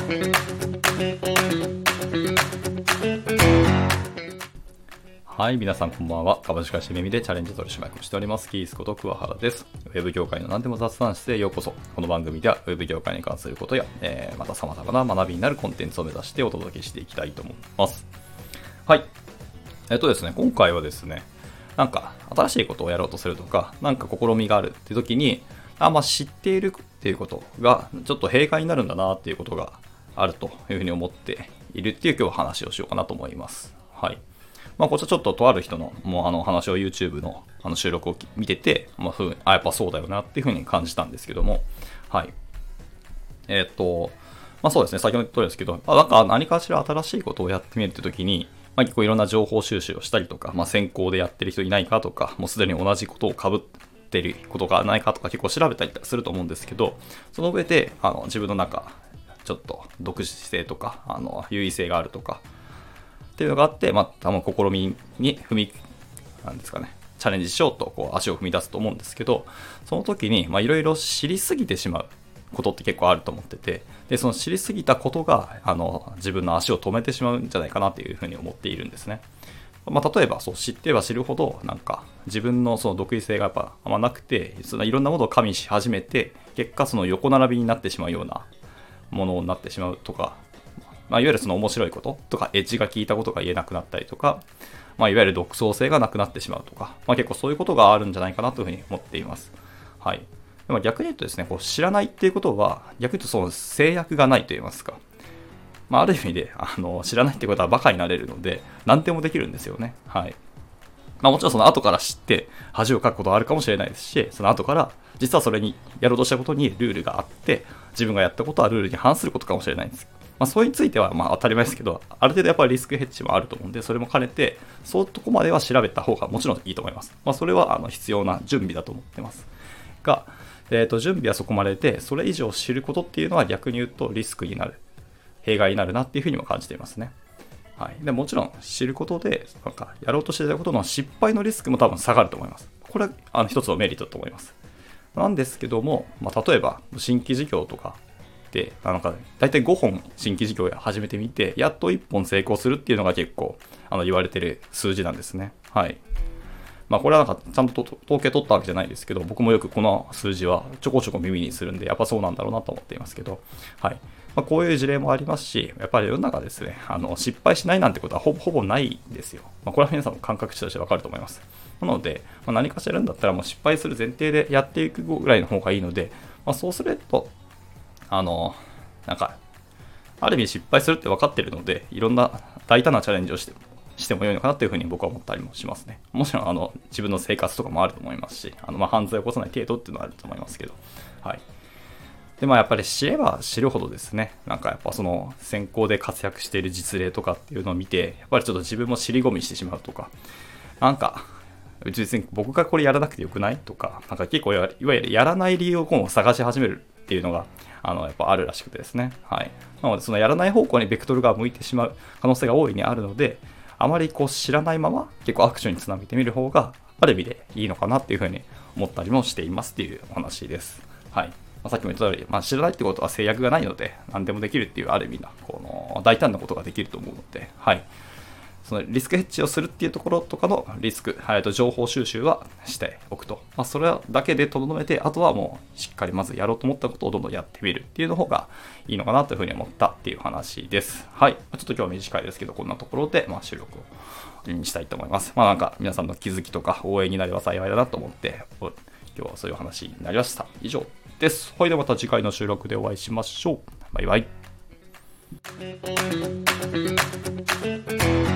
はい、皆さんこんばんは。株式会社めみでチャレンジ取締役をしておりますキースこと桑原です。ウェブ業界の何でも雑談室へようこそ。この番組ではウェブ業界に関することや、また様々な学びになるコンテンツを目指してお届けしていきたいと思います。はい。ですね、今回はですね、なんか新しいことをやろうとするとか、なんか試みがあるっていう時に、知っているっていうことがちょっと弊害になるんだなっていうことがあるというふうに思っているっていう今日は話をしようかなと思います。はい。こちらちょっととある人の話を YouTube の収録を見てて、やっぱそうだよなっていうふうに感じたんですけども、はい。そうですね、先ほど言ったんですけど、なんか何かしら新しいことをやってみるってときに、結構いろんな情報収集をしたりとか、先行でやってる人いないかとか、もうすでに同じことを被ってることがないかとか結構調べたりすると思うんですけど、その上で自分の中、ちょっと独自性とか、優位性があるとか、っていうのがあって、多分試みになんですかね、チャレンジしようと足を踏み出すと思うんですけど、その時にいろいろ知りすぎてしまうことって結構あると思ってて、でその知りすぎたことが自分の足を止めてしまうんじゃないかなというふうに思っているんですね。例えば知ってれば知るほどなんか自分のその独立性がやっぱあんまなくて、そのいろんなものを加味し始めて、結果その横並びになってしまうようなものになってしまうとか、いわゆるその面白いこととかエッジが効いたことが言えなくなったりとか、いわゆる独創性がなくなってしまうとか、結構そういうことがあるんじゃないかなというふうに思っています。はい。でも逆に言うとですね、知らないっていうことは、逆に言うとその制約がないと言いますか。ある意味で知らないってことはバカになれるので、何でもできるんですよね。はい。もちろんその後から知って恥をかくことはあるかもしれないですし、その後から実はそれにやろうとしたことにルールがあって、自分がやったことはルールに反することかもしれないんです。それについては当たり前ですけど、ある程度やっぱりリスクヘッジもあると思うんで、それも兼ねて、そういうとこまでは調べた方がもちろんいいと思います。それは必要な準備だと思ってます。が、準備はそこまでで、それ以上知ることっていうのは逆に言うとリスクになる、弊害になるなっていうふうにも感じていますね。はい、でもちろん知ることでなんかやろうとしていたことの失敗のリスクも多分下がると思います。これは一つのメリットだと思います。なんですけども、例えば新規事業とかでだいたい5本新規事業を始めてみて、やっと1本成功するっていうのが結構言われてる数字なんですね。はい。これはちゃんと統計取ったわけじゃないですけど、僕もよくこの数字はちょこちょこ耳にするんで、やっぱそうなんだろうなと思っていますけど、はい。こういう事例もありますし、やっぱり世の中ですね、失敗しないなんてことはほぼないんですよ。これは皆さんの感覚値としてわかると思います。なので、何かしらやるんだったらもう失敗する前提でやっていくぐらいの方がいいので、そうすると、ある意味失敗するって分かっているので、いろんな大胆なチャレンジをしても良いのかなというふうに僕は思ったりもしますね。もちろん自分の生活とかもあると思いますし、犯罪を起こさない程度っていうのはあると思いますけど、はい。でやっぱり知れば知るほどですね、やっぱその先行で活躍している実例とかっていうのを見て、やっぱりちょっと自分も尻込みしてしまうとか、別に僕がこれやらなくてよくないとか、結構いわゆるやらない理由を探し始めるっていうのがやっぱあるらしくてですね。はい。なのでそのやらない方向にベクトルが向いてしまう可能性が大いにあるので、あまり知らないまま結構アクションにつなげてみる方がある意味でいいのかなっていうふうに思ったりもしていますっていうお話です。はい。さっきも言った通り、知らないってことは制約がないので何でもできるっていうある意味な大胆なことができると思うので、はい。そのリスクヘッジをするっていうところとかのリスク、情報収集はしておくと。それだけでとどめて、あとはもうしっかりまずやろうと思ったことをどんどんやってみるっていうの方がいいのかなというふうに思ったっていう話です。はい。ちょっと今日は短いですけど、こんなところで収録をにしたいと思います。皆さんの気づきとか応援になれば幸いだなと思って、今日はそういう話になりました。以上です。はい。ではまた次回の収録でお会いしましょう。バイバイ。